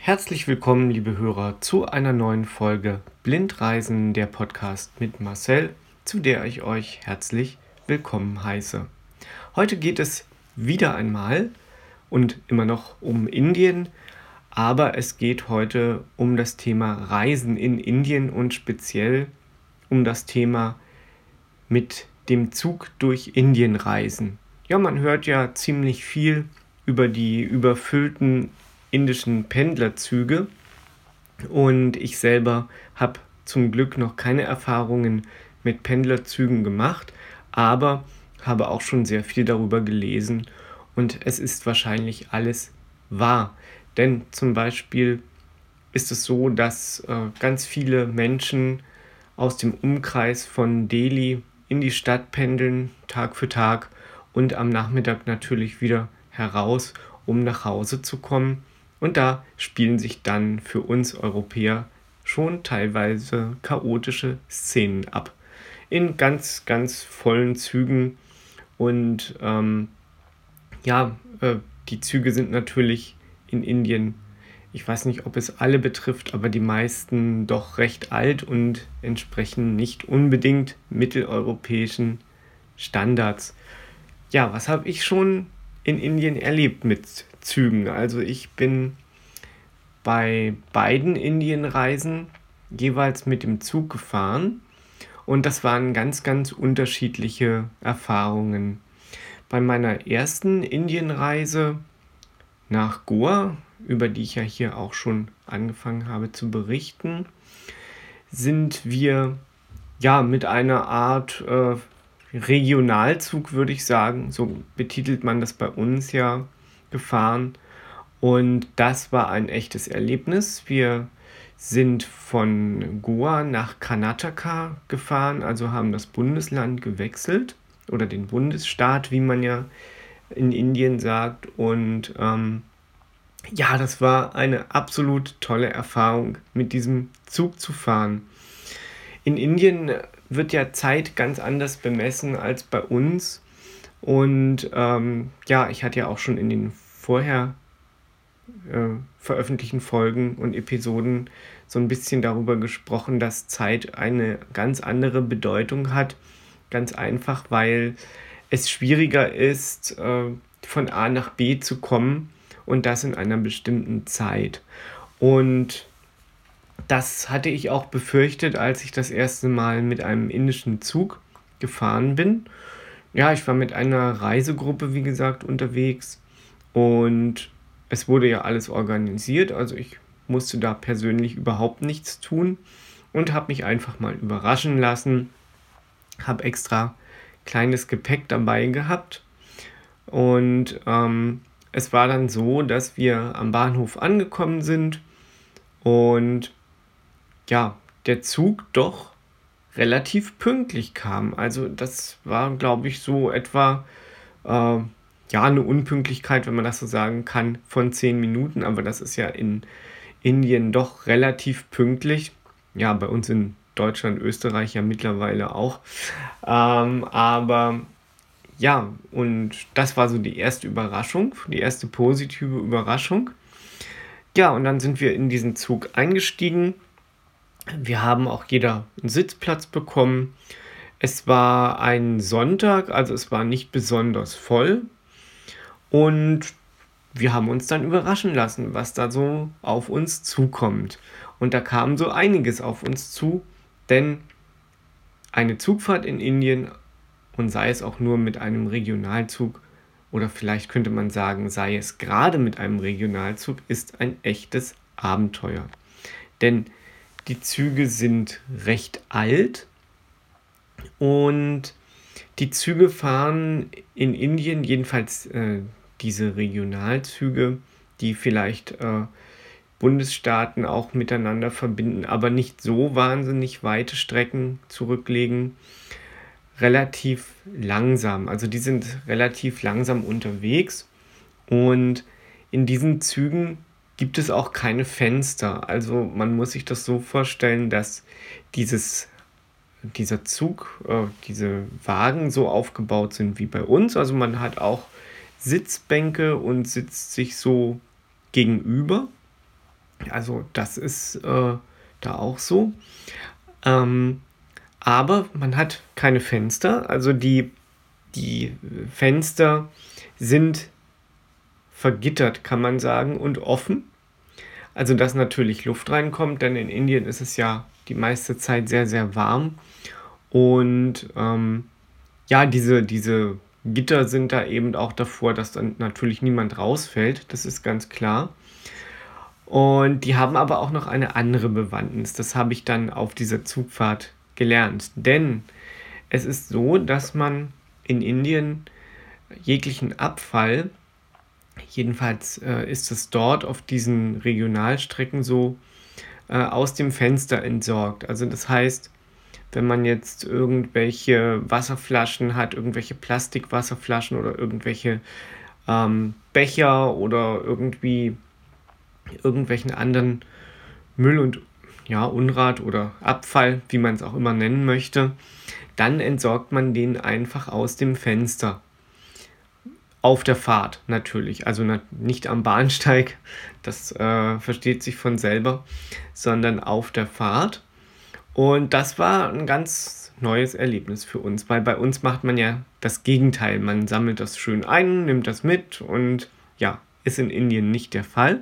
Herzlich willkommen, liebe Hörer, zu einer neuen Folge Blindreisen, der Podcast mit Marcel, zu der ich euch herzlich willkommen heiße. Heute geht es wieder einmal und immer noch um Indien, aber es geht heute um das Thema Reisen in Indien und speziell um das Thema mit dem Zug durch Indien reisen. Ja, man hört ja ziemlich viel über die überfüllten indischen Pendlerzüge und ich selber habe zum Glück noch keine Erfahrungen mit Pendlerzügen gemacht, aber habe auch schon sehr viel darüber gelesen und es ist wahrscheinlich alles wahr. Denn zum Beispiel ist es so, dass ganz viele Menschen aus dem Umkreis von Delhi in die Stadt pendeln, Tag für Tag und am Nachmittag natürlich wieder heraus, um nach Hause zu kommen. Und da spielen sich dann für uns Europäer schon teilweise chaotische Szenen ab. In ganz, ganz vollen Zügen. Und die Züge sind natürlich in Indien, ich weiß nicht, ob es alle betrifft, aber die meisten doch recht alt und entsprechen nicht unbedingt mitteleuropäischen Standards. Ja, was habe ich schon in Indien erlebt mit Zügen? Also ich bin bei beiden Indienreisen jeweils mit dem Zug gefahren und das waren ganz, ganz unterschiedliche Erfahrungen. Bei meiner ersten Indienreise nach Goa, über die ich ja hier auch schon angefangen habe zu berichten, sind wir mit einer Art Regionalzug, würde ich sagen, so betitelt man das bei uns ja, gefahren. Und das war ein echtes Erlebnis. Wir sind von Goa nach Karnataka gefahren, also haben das Bundesland gewechselt oder den Bundesstaat, wie man ja in Indien sagt. Und das war eine absolut tolle Erfahrung, mit diesem Zug zu fahren. In Indien wird ja Zeit ganz anders bemessen als bei uns. Und ich hatte ja auch schon in den vorher veröffentlichten Folgen und Episoden so ein bisschen darüber gesprochen, dass Zeit eine ganz andere Bedeutung hat. Ganz einfach, weil es schwieriger ist, von A nach B zu kommen und das in einer bestimmten Zeit. Und das hatte ich auch befürchtet, als ich das erste Mal mit einem indischen Zug gefahren bin. Ja, ich war mit einer Reisegruppe, wie gesagt, unterwegs und es wurde ja alles organisiert, also ich musste da persönlich überhaupt nichts tun und habe mich einfach mal überraschen lassen, habe extra kleines Gepäck dabei gehabt und es war dann so, dass wir am Bahnhof angekommen sind und der Zug doch relativ pünktlich kam. Also das war, glaube ich, so etwa eine Unpünktlichkeit, wenn man das so sagen kann, von 10 Minuten. Aber das ist ja in Indien doch relativ pünktlich. Ja, bei uns in Deutschland, Österreich ja mittlerweile auch. Und das war so die erste Überraschung, die erste positive Überraschung. Ja, und dann sind wir in diesen Zug eingestiegen. Wir haben auch jeder einen Sitzplatz bekommen. Es war ein Sonntag, also es war nicht besonders voll. Und wir haben uns dann überraschen lassen, was da so auf uns zukommt. Und da kam so einiges auf uns zu, denn eine Zugfahrt in Indien, und sei es auch nur mit einem Regionalzug, oder vielleicht könnte man sagen, sei es gerade mit einem Regionalzug, ist ein echtes Abenteuer. Denn die Züge sind recht alt und die Züge fahren in Indien, jedenfalls diese Regionalzüge, die vielleicht Bundesstaaten auch miteinander verbinden, aber nicht so wahnsinnig weite Strecken zurücklegen, relativ langsam. Also die sind relativ langsam unterwegs und in diesen Zügen gibt es auch keine Fenster. Also man muss sich das so vorstellen, dass dieser Zug, diese Wagen so aufgebaut sind wie bei uns. Also man hat auch Sitzbänke und sitzt sich so gegenüber. Also das ist da auch so. Ähm, aber man hat keine Fenster. Also die Fenster sind vergittert, kann man sagen, und offen. Also dass natürlich Luft reinkommt, denn in Indien ist es ja die meiste Zeit sehr, sehr warm. Und ja, diese Gitter sind da eben auch davor, dass dann natürlich niemand rausfällt. Das ist ganz klar. Und die haben aber auch noch eine andere Bewandtnis. Das habe ich dann auf dieser Zugfahrt gelernt. Denn es ist so, dass man in Indien jeglichen Abfall, jedenfalls ist es dort auf diesen Regionalstrecken so, aus dem Fenster entsorgt. Also das heißt, wenn man jetzt irgendwelche Wasserflaschen hat, irgendwelche Plastikwasserflaschen oder irgendwelche Becher oder irgendwie irgendwelchen anderen Müll und ja, Unrat oder Abfall, wie man es auch immer nennen möchte, dann entsorgt man den einfach aus dem Fenster. Auf der Fahrt natürlich, also nicht am Bahnsteig, das versteht sich von selber, sondern auf der Fahrt. Und das war ein ganz neues Erlebnis für uns, weil bei uns macht man ja das Gegenteil. Man sammelt das schön ein, nimmt das mit und ja, ist in Indien nicht der Fall.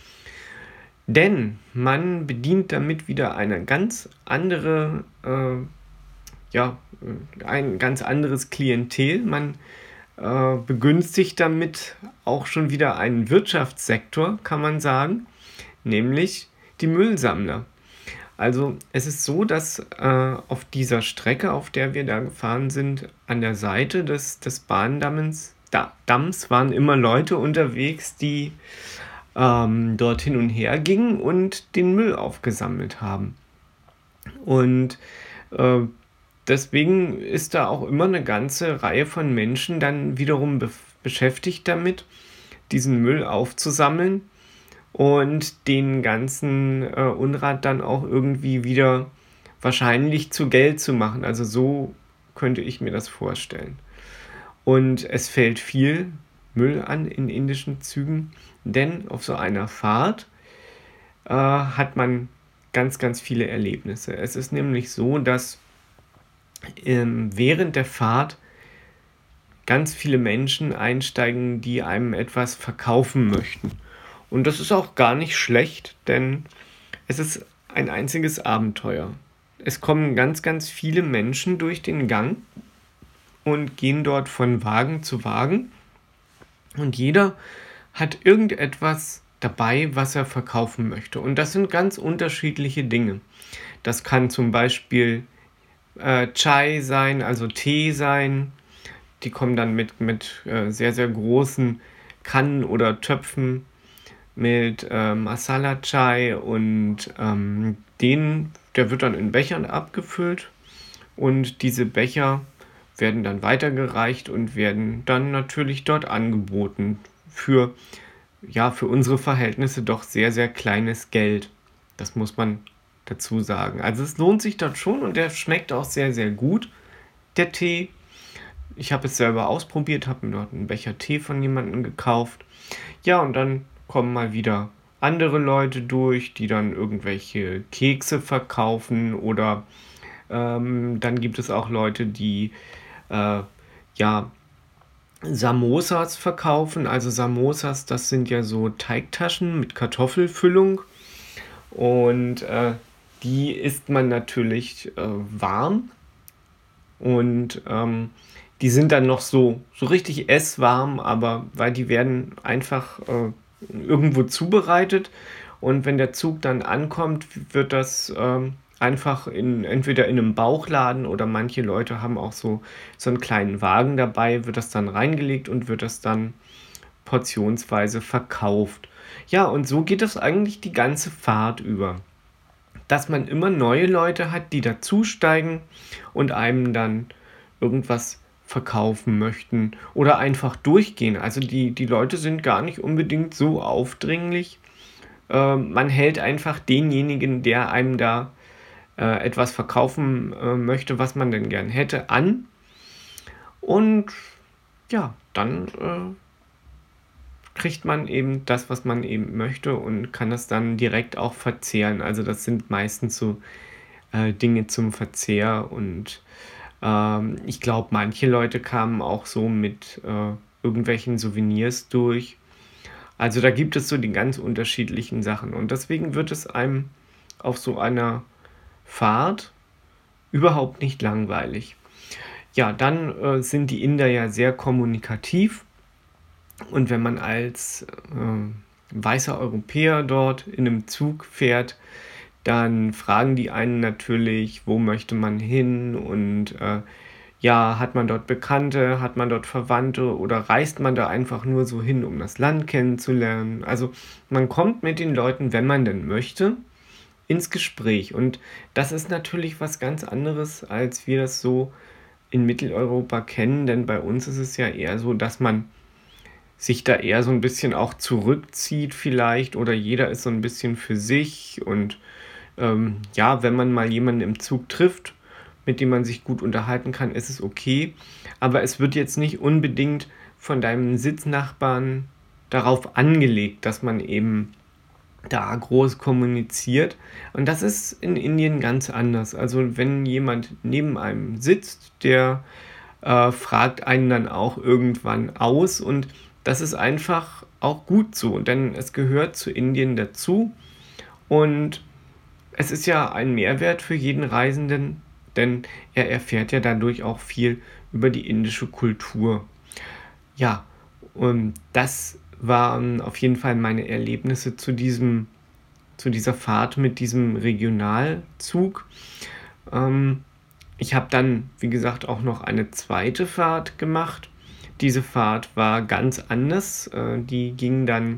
Denn man bedient damit wieder eine ganz andere, ja, ein ganz anderes Klientel. Man begünstigt damit auch schon wieder einen Wirtschaftssektor, kann man sagen, nämlich die Müllsammler. Also es ist so, dass auf dieser Strecke, auf der wir da gefahren sind, an der Seite des Bahndamms waren immer Leute unterwegs, die dort hin und her gingen und den Müll aufgesammelt haben. Und äh, deswegen ist da auch immer eine ganze Reihe von Menschen dann wiederum beschäftigt damit, diesen Müll aufzusammeln und den ganzen Unrat dann auch irgendwie wieder wahrscheinlich zu Geld zu machen. Also so könnte ich mir das vorstellen. Und es fällt viel Müll an in indischen Zügen, denn auf so einer Fahrt hat man ganz, ganz viele Erlebnisse. Es ist nämlich so, dass während der Fahrt ganz viele Menschen einsteigen, die einem etwas verkaufen möchten. Und das ist auch gar nicht schlecht, denn es ist ein einziges Abenteuer. Es kommen ganz, ganz viele Menschen durch den Gang und gehen dort von Wagen zu Wagen. Und jeder hat irgendetwas dabei, was er verkaufen möchte. Und das sind ganz unterschiedliche Dinge. Das kann zum Beispiel Chai sein, also Tee sein. Die kommen dann mit sehr, sehr großen Kannen oder Töpfen mit Masala Chai und der wird dann in Bechern abgefüllt und diese Becher werden dann weitergereicht und werden dann natürlich dort angeboten für unsere Verhältnisse doch sehr, sehr kleines Geld. Das muss man dazu sagen. Also es lohnt sich dort schon und der schmeckt auch sehr, sehr gut, der Tee. Ich habe es selber ausprobiert, habe mir dort einen Becher Tee von jemandem gekauft. Ja, und dann kommen mal wieder andere Leute durch, die dann irgendwelche Kekse verkaufen oder dann gibt es auch Leute, die ja Samosas verkaufen. Also Samosas, das sind ja so Teigtaschen mit Kartoffelfüllung und die isst man natürlich warm und die sind dann noch so richtig esswarm, aber weil die werden einfach irgendwo zubereitet und wenn der Zug dann ankommt, wird das einfach entweder in einem Bauchladen oder manche Leute haben auch so einen kleinen Wagen dabei, wird das dann reingelegt und wird das dann portionsweise verkauft. Ja, und so geht es eigentlich die ganze Fahrt über. Dass man immer neue Leute hat, die dazusteigen und einem dann irgendwas verkaufen möchten oder einfach durchgehen. Also die Leute sind gar nicht unbedingt so aufdringlich. Man hält einfach denjenigen, der einem da etwas verkaufen möchte, was man denn gern hätte, an. Und ja, dann kriegt man eben das, was man eben möchte und kann das dann direkt auch verzehren. Also das sind meistens so Dinge zum Verzehr und ich glaube, manche Leute kamen auch so mit irgendwelchen Souvenirs durch. Also da gibt es so die ganz unterschiedlichen Sachen und deswegen wird es einem auf so einer Fahrt überhaupt nicht langweilig. Ja, dann sind die Inder ja sehr kommunikativ und wenn man als weißer Europäer dort in einem Zug fährt, dann fragen die einen natürlich, wo möchte man hin und ja, hat man dort Bekannte, hat man dort Verwandte oder reist man da einfach nur so hin, um das Land kennenzulernen? Also man kommt mit den Leuten, wenn man denn möchte, ins Gespräch. Und das ist natürlich was ganz anderes, als wir das so in Mitteleuropa kennen, denn bei uns ist es ja eher so, dass man sich da eher so ein bisschen auch zurückzieht vielleicht oder jeder ist so ein bisschen für sich und ja, wenn man mal jemanden im Zug trifft, mit dem man sich gut unterhalten kann, ist es okay. Aber es wird jetzt nicht unbedingt von deinem Sitznachbarn darauf angelegt, dass man eben da groß kommuniziert. Und das ist in Indien ganz anders. Also wenn jemand neben einem sitzt, der fragt einen dann auch irgendwann aus und das ist einfach auch gut so, denn es gehört zu Indien dazu und es ist ja ein Mehrwert für jeden Reisenden, denn er erfährt ja dadurch auch viel über die indische Kultur. Ja, und das waren auf jeden Fall meine Erlebnisse zu dieser Fahrt mit diesem Regionalzug. Ähm, Ich habe dann, wie gesagt, auch noch eine zweite Fahrt gemacht. Diese Fahrt war ganz anders. Die ging dann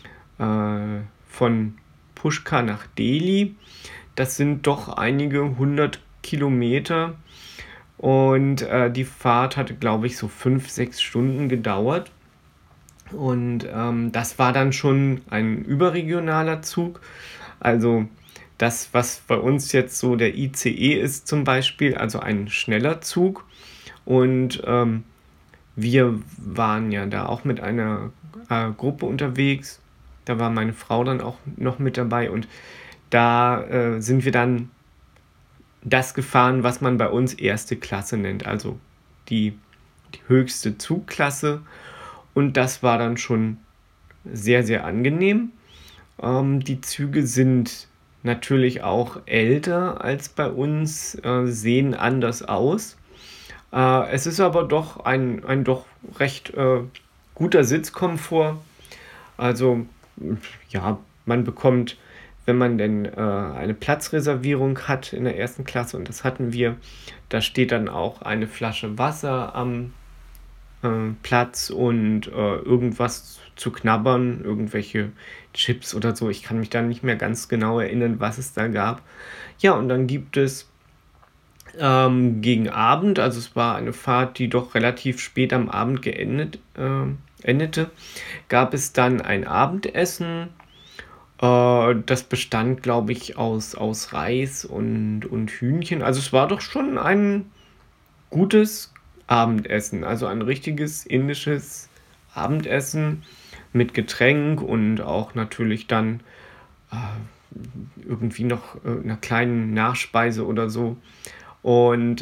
von Pushkar nach Delhi. Das sind doch einige 100 Kilometer und die Fahrt hatte, glaube ich, so 5, 6 Stunden gedauert. Und das war dann schon ein überregionaler Zug. Also das, was bei uns jetzt so der ICE ist zum Beispiel, also ein schneller Zug. Und wir waren ja da auch mit einer Gruppe unterwegs. Da war meine Frau dann auch noch mit dabei und da sind wir dann das gefahren, was man bei uns erste Klasse nennt, also die höchste Zugklasse. Und das war dann schon sehr, sehr angenehm. Die Züge sind natürlich auch älter als bei uns, sehen anders aus. Es ist aber doch ein doch recht guter Sitzkomfort. Also ja, man bekommt, wenn man denn eine Platzreservierung hat in der ersten Klasse, und das hatten wir, da steht dann auch eine Flasche Wasser am Platz und irgendwas zu knabbern, irgendwelche Chips oder so. Ich kann mich da nicht mehr ganz genau erinnern, was es da gab. Ja, und dann gibt es gegen Abend, also es war eine Fahrt, die doch relativ spät am Abend endete, gab es dann ein Abendessen. Das bestand, glaube ich, aus Reis und Hühnchen. Also es war doch schon ein gutes Abendessen, also ein richtiges indisches Abendessen mit Getränk und auch natürlich dann irgendwie noch einer kleinen Nachspeise oder so. Und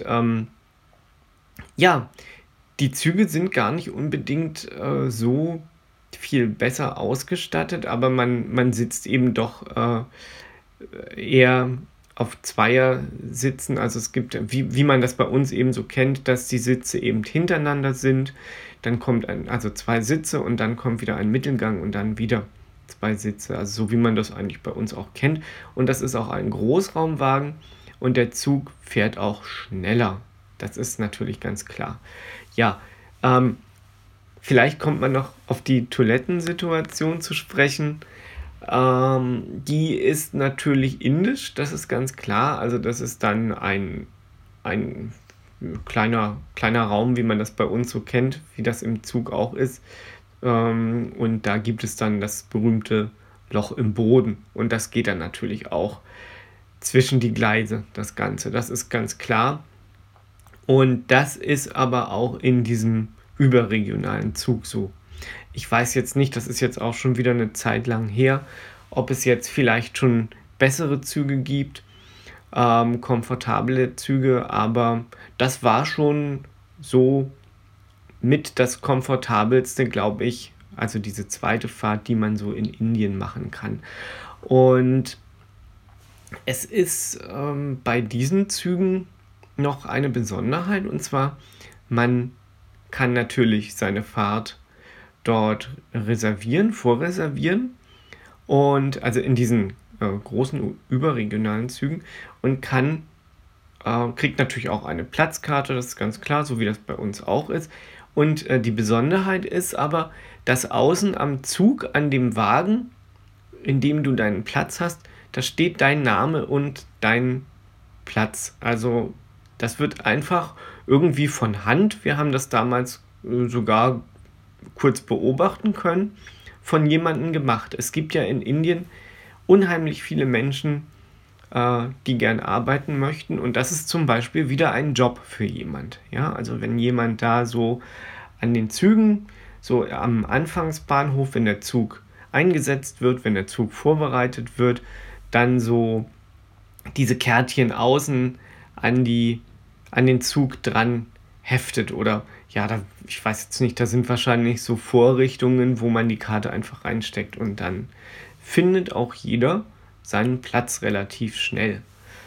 ja, die Züge sind gar nicht unbedingt so viel besser ausgestattet, aber man sitzt eben doch eher auf Zweiersitzen. Also es gibt, wie man das bei uns eben so kennt, dass die Sitze eben hintereinander sind. Dann kommt also 2 Sitze und dann kommt wieder ein Mittelgang und dann wieder 2 Sitze. Also so wie man das eigentlich bei uns auch kennt. Und das ist auch ein Großraumwagen und der Zug fährt auch schneller. Das ist natürlich ganz klar. Ja, vielleicht kommt man noch auf die Toilettensituation zu sprechen. Die ist natürlich indisch, das ist ganz klar. Also das ist dann ein kleiner Raum, wie man das bei uns so kennt, wie das im Zug auch ist. Und da gibt es dann das berühmte Loch im Boden. Und das geht dann natürlich auch zwischen die Gleise, das Ganze. Das ist ganz klar. Und das ist aber auch in diesem überregionalen Zug so. Ich weiß jetzt nicht, das ist jetzt auch schon wieder eine Zeit lang her, ob es jetzt vielleicht schon bessere Züge gibt, komfortable Züge, aber das war schon so mit das komfortabelste, glaube ich, also diese zweite Fahrt, die man so in Indien machen kann. Und es ist bei diesen Zügen noch eine Besonderheit, und zwar, man kann natürlich seine Fahrt dort vorreservieren, und also in diesen großen überregionalen Zügen, und kriegt natürlich auch eine Platzkarte, das ist ganz klar, so wie das bei uns auch ist. Und die Besonderheit ist aber, dass außen am Zug, an dem Wagen, in dem du deinen Platz hast, da steht dein Name und dein Platz. Also das wird einfach irgendwie von Hand, wir haben das damals sogar kurz beobachten können, von jemandem gemacht. Es gibt ja in Indien unheimlich viele Menschen, die gern arbeiten möchten, und das ist zum Beispiel wieder ein Job für jemand. Ja? Also wenn jemand da so an den Zügen, so am Anfangsbahnhof, wenn der Zug eingesetzt wird, wenn der Zug vorbereitet wird, dann so diese Kärtchen außen an den Zug dran heftet, oder ja, ich weiß jetzt nicht, da sind wahrscheinlich so Vorrichtungen, wo man die Karte einfach reinsteckt, und dann findet auch jeder seinen Platz relativ schnell.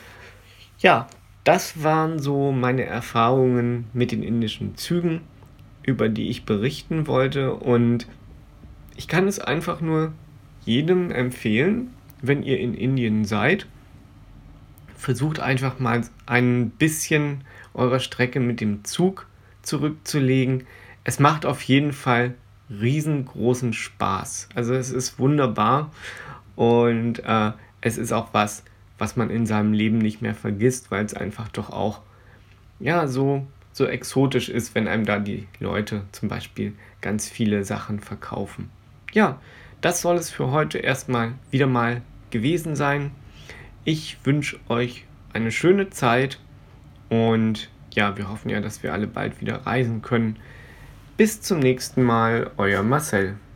Ja, das waren so meine Erfahrungen mit den indischen Zügen, über die ich berichten wollte, und ich kann es einfach nur jedem empfehlen, wenn ihr in Indien seid. Versucht einfach mal ein bisschen eure Strecke mit dem Zug zurückzulegen. Es macht auf jeden Fall riesengroßen Spaß. Also es ist wunderbar, und es ist auch was man in seinem Leben nicht mehr vergisst, weil es einfach doch auch ja, so exotisch ist, wenn einem da die Leute zum Beispiel ganz viele Sachen verkaufen. Ja, das soll es für heute erstmal wieder mal gewesen sein. Ich wünsche euch eine schöne Zeit, und ja, wir hoffen ja, dass wir alle bald wieder reisen können. Bis zum nächsten Mal, euer Marcel.